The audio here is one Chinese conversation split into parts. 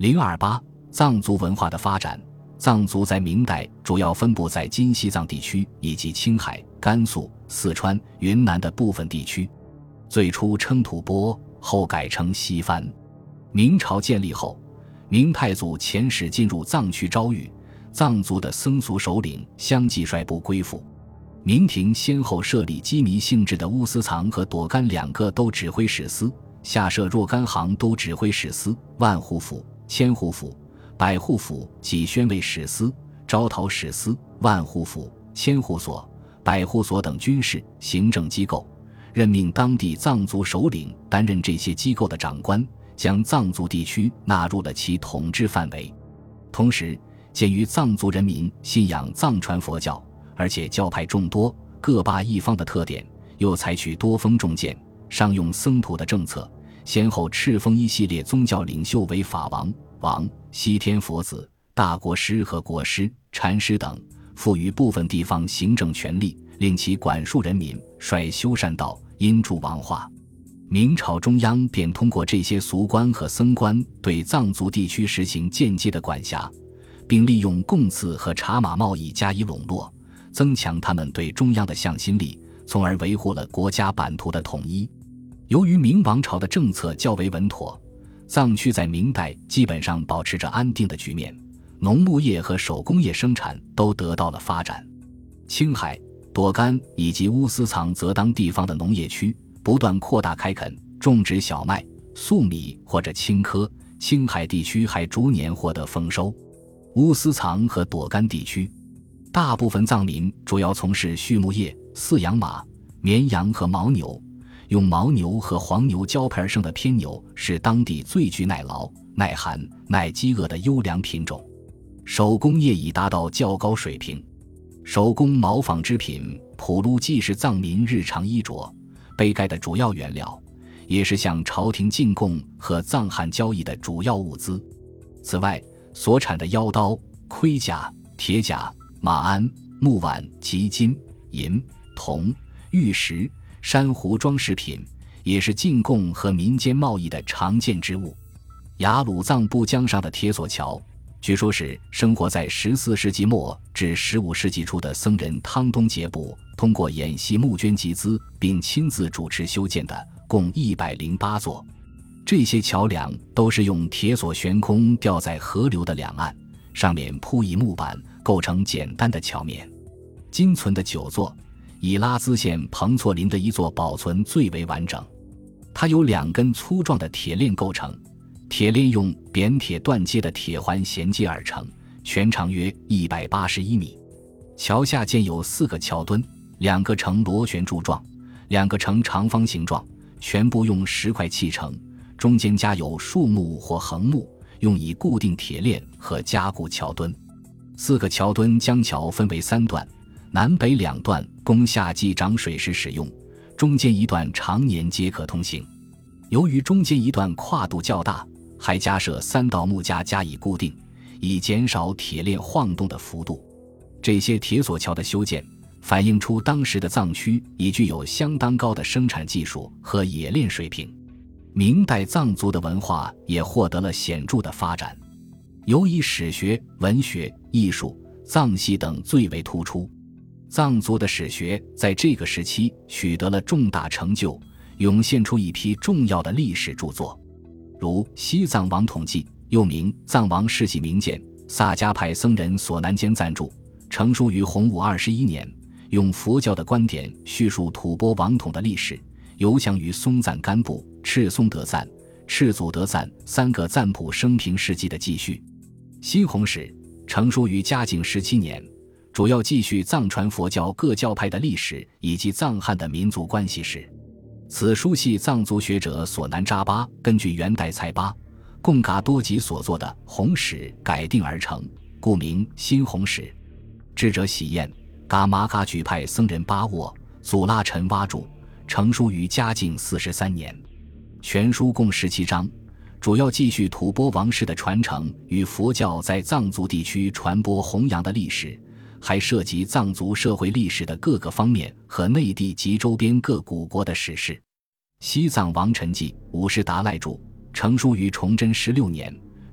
028藏族文化的发展。藏族在明代主要分布在今西藏地区以及青海、甘肃、四川、云南的部分地区，最初称吐蕃，后改称西番。明朝建立后，明太祖遣使进入藏区招谕，藏族的僧俗首领相继率部归附。明廷先后设立羁縻性质的乌斯藏和朵干两个都指挥使司，下设若干行都指挥使司、万户府、千户府、百户府及宣慰使司、招讨使司、万户府、千户所、百户所等军事行政机构，任命当地藏族首领担任这些机构的长官，将藏族地区纳入了其统治范围。同时，鉴于藏族人民信仰藏传佛教，而且教派众多，各霸一方的特点，又采取多封重建、商用僧徒的政策，先后敕封一系列宗教领袖为法王、王、西天佛子、大国师和国师、禅师等，赋予部分地方行政权力，令其管束人民，率修善道，因助王化。明朝中央便通过这些俗官和僧官对藏族地区实行间接的管辖，并利用贡赐和茶马贸易加以笼络，增强他们对中央的向心力，从而维护了国家版图的统一。由于明王朝的政策较为稳妥，藏区在明代基本上保持着安定的局面，农牧业和手工业生产都得到了发展。青海、朵干以及乌斯藏则当地方的农业区，不断扩大开垦，种植小麦、粟米或者青稞。青海地区还逐年获得丰收。乌斯藏和朵干地区，大部分藏民主要从事畜牧业，饲养马、绵羊和牦牛。用牦牛和黄牛交配而生的偏牛是当地最具耐劳、耐寒、耐饥饿的优良品种。手工业已达到较高水平，手工毛纺织品普撸既是藏民日常衣着、背盖的主要原料，也是向朝廷进贡和藏汉交易的主要物资。此外，所产的腰刀、盔甲、铁甲、马鞍、木碗及金、银、铜、玉石、珊瑚装饰品，也是进贡和民间贸易的常见之物。雅鲁藏布江上的铁索桥，据说是生活在14世纪末至15世纪初的僧人汤东杰布通过演习募捐集资并亲自主持修建的，共108座。这些桥梁都是用铁索悬空吊在河流的两岸，上面铺以木板，构成简单的桥面。今存的9座，以拉孜县彭措林的一座保存最为完整。它由2根粗壮的铁链构成，铁链用扁铁锻接的铁环衔接而成，全长约181米。桥下建有4个桥墩，2个呈螺旋柱状，2个呈长方形状，全部用石块砌成，中间加有树木或横木，用以固定铁链和加固桥墩。4个桥墩将桥分为3段，南北2段供夏季涨水时使用，中间一段常年皆可通行。由于中间一段跨度较大，还加设3道木架加以固定，以减少铁链晃动的幅度。这些铁索桥的修建反映出当时的藏区已具有相当高的生产技术和冶炼水平。明代藏族的文化也获得了显著的发展，尤以史学、文学、艺术、藏戏等最为突出。藏族的史学在这个时期取得了重大成就，涌现出一批重要的历史著作，如《西藏王统记》，又名《藏王世纪名鉴》，萨迦派僧人索南坚赞著，成书于洪武21年，用佛教的观点叙述吐蕃王统的历史，游详于松赞干布、赤松德赞、赤祖德赞3个赞普生平事迹的记叙。新弘史成书于嘉靖17年，主要记叙藏传佛教各教派的历史以及藏汉的民族关系史。此书系藏族学者索南扎巴根据元代才巴、贡嘎多吉所作的《弘史》改定而成，故名新弘史。智者喜宴、噶玛噶举派僧人巴沃、祖拉陈哇著，成书于嘉靖43年。全书共17章，主要记叙吐蕃王室的传承与佛教在藏族地区传播弘扬的历史，还涉及藏族社会历史的各个方面和内地及周边各古国的史事。西藏王陈记、五世达赖著，成书于崇祯16年，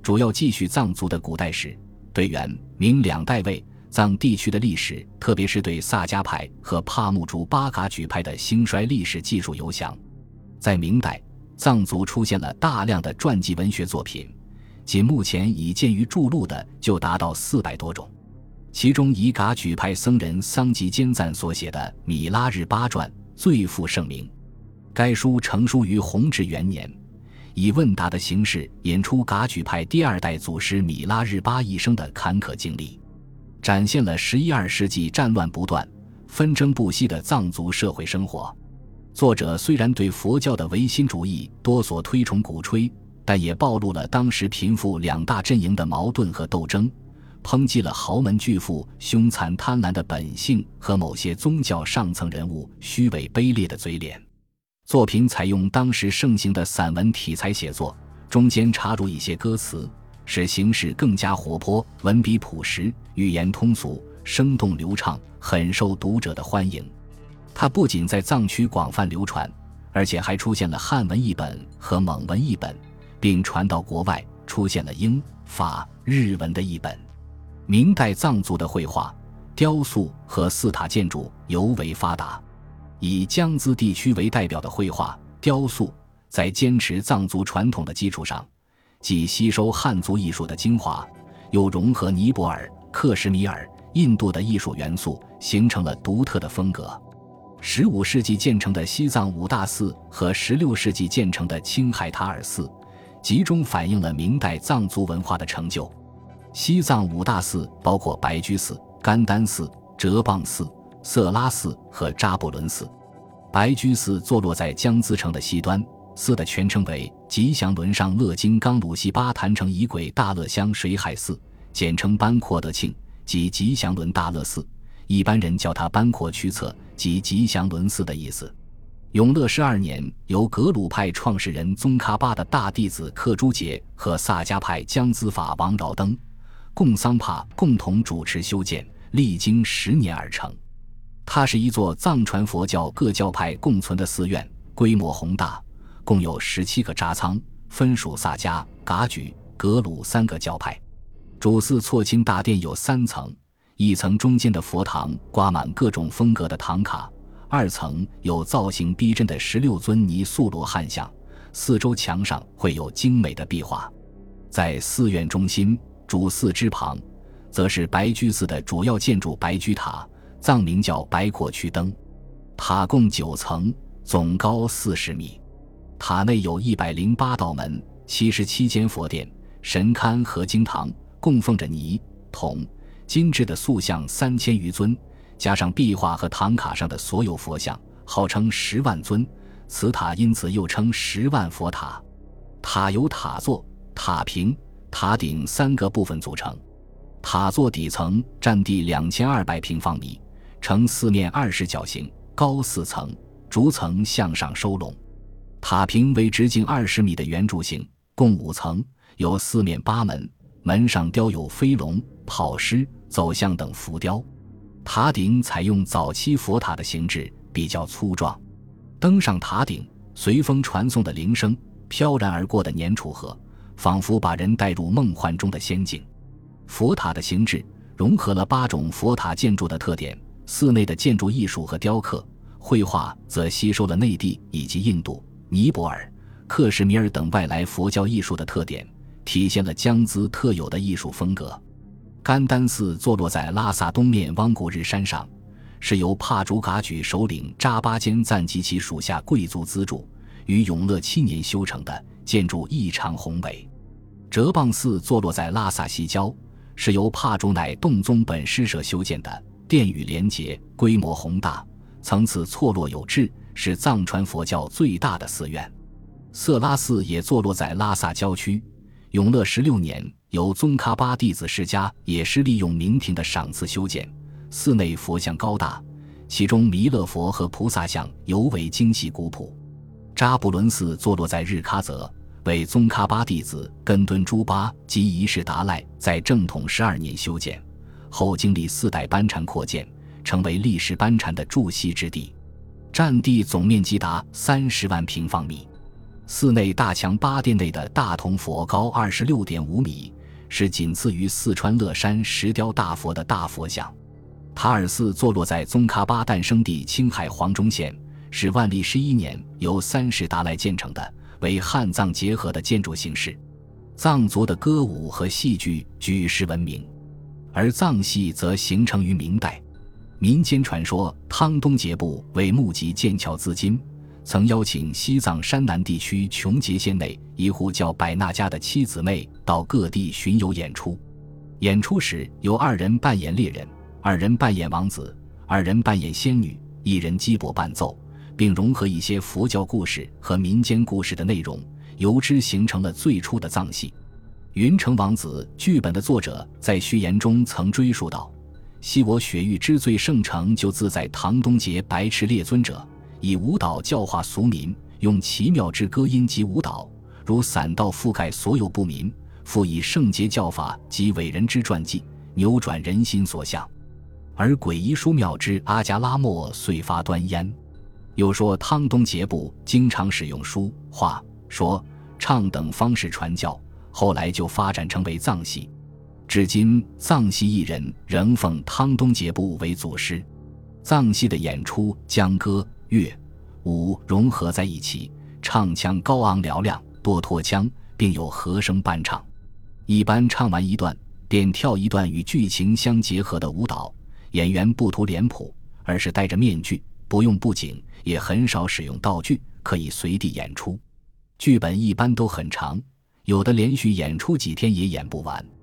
主要记叙藏族的古代史，对元、明两代魏藏地区的历史，特别是对萨迦派和帕木竹巴嘎举派的兴衰历史记述尤详。在明代，藏族出现了大量的传记文学作品，仅目前已见于著录的就达到400多种。其中以噶举派僧人桑吉坚赞所写的《米拉日巴传》最负盛名。该书成书于弘治元年，以问答的形式引出噶举派第2代祖师米拉日巴一生的坎坷经历，展现了11、2世纪战乱不断、纷争不息的藏族社会生活。作者虽然对佛教的唯心主义多所推崇鼓吹，但也暴露了当时贫富2大阵营的矛盾和斗争，抨击了豪门巨富凶残贪婪的本性和某些宗教上层人物虚伪卑劣的嘴脸。作品采用当时盛行的散文题材写作，中间插入一些歌词，使形式更加活泼，文笔朴实，语言通俗，生动流畅，很受读者的欢迎。它不仅在藏区广泛流传，而且还出现了汉文译本和蒙文译本，并传到国外，出现了英、法、日文的译本。明代藏族的绘画、雕塑和寺塔建筑尤为发达。以江孜地区为代表的绘画、雕塑，在坚持藏族传统的基础上，既吸收汉族艺术的精华，又融合尼泊尔、克什米尔、印度的艺术元素，形成了独特的风格。15世纪建成的西藏五大寺和16世纪建成的青海塔尔寺，集中反映了明代藏族文化的成就。西藏五大寺包括白居寺、甘丹寺、哲蚌寺、色拉寺和扎布伦寺。白居寺坐落在江孜城的西端，寺的全称为吉祥伦上乐金刚鲁西巴坛城仪轨大乐乡水海寺，简称班廓德庆，即吉祥伦大乐寺，一般人叫它班廓屈策，即吉祥伦寺的意思。永乐12年，由格鲁派创始人宗喀巴的大弟子克珠杰和萨迦派江孜法王饶登、贡桑帕共同主持修建，历经10年而成。它是一座藏传佛教各教派共存的寺院，规模宏大，共有17个扎仓，分属萨迦、噶举、格鲁3个教派。主寺错金大殿有3层，一层中间的佛堂挂满各种风格的唐卡，2层有造型逼真的16尊泥塑罗汉像，四周墙上绘有精美的壁画。在寺院中心主寺之旁，则是白居寺的主要建筑白居塔，藏名叫白廓屈灯，塔共9层，总高40米。塔内有108道门，77间佛殿、神龛和经堂，供奉着泥、铜、金制的塑像3000余尊，加上壁画和唐卡上的所有佛像，号称10万尊。此塔因此又称10万佛塔。塔由塔座、塔屏、塔顶3个部分组成。塔座底层占地2200平方米，呈四面20角形，高4层，逐层向上收拢。塔屏为直径20米的圆柱形，共5层，有4面8门，门上雕有飞龙、跑狮、走象等浮雕。塔顶采用早期佛塔的形制，比较粗壮。登上塔顶，随风传送的铃声，飘然而过的年楚河，仿佛把人带入梦幻中的仙境。佛塔的形制融合了8种佛塔建筑的特点，寺内的建筑艺术和雕刻、绘画则吸收了内地以及印度、尼泊尔、克什米尔等外来佛教艺术的特点，体现了江孜特有的艺术风格。甘丹寺坐落在拉萨东面汪古日山上，是由帕竹噶举首领扎巴坚赞及其属下贵族资助，于永乐7年修成的，建筑异常宏伟。哲蚌寺坐落在拉萨西郊，是由帕竹乃洞宗本师社修建的，殿宇连结，规模宏大，层次错落有致，是藏传佛教最大的寺院。色拉寺也坐落在拉萨郊区，永乐16年由宗喀巴弟子释迦也是利用明廷的赏赐修建，寺内佛像高大，其中弥勒佛和菩萨像尤为精细古朴。扎布伦寺坐落在日喀则，为宗喀巴弟子根敦珠巴及仪式达赖在正统12年修建，后经历4代班禅扩建，成为历史班禅的驻锡之地，占地总面积达30万平方米。 寺内大墙8殿内的大铜佛高26.5米，是仅次于四川乐山石雕大佛的大佛像。塔尔寺坐落在宗喀巴诞生地青海黄忠县，是万历11年由3世达赖建成的，为汉藏结合的建筑形式。藏族的歌舞和戏剧举世闻名，而藏戏则形成于明代。民间传说汤东节部为募集建桥资金，曾邀请西藏山南地区琼结县内一户叫百纳家的妻姊妹到各地巡游演出。演出时由2人扮演猎人，2人扮演王子，2人扮演仙女，1人击钵伴奏，并融合一些佛教故事和民间故事的内容，由之形成了最初的藏戏。云城王子剧本的作者在序言中曾追述道：昔我雪域之最盛成，就自在唐东节白赤列尊者，以舞蹈教化俗民，用奇妙之歌音及舞蹈，如伞道覆盖所有不民，复以圣洁教法及伟人之传记，扭转人心所向。而诡异殊妙之阿伽拉默遂发端焉。又说汤东节部经常使用书画说唱等方式传教，后来就发展成为藏戏。至今藏戏艺人仍奉汤东节部为祖师。藏戏的演出将歌乐舞融合在一起，唱腔高昂嘹亮，多拖腔，并有和声伴唱。一般唱完一段便跳一段与剧情相结合的舞蹈，演员不涂脸谱，而是戴着面具，不用布景，也很少使用道具，可以随地演出。剧本一般都很长，有的连续演出几天也演不完。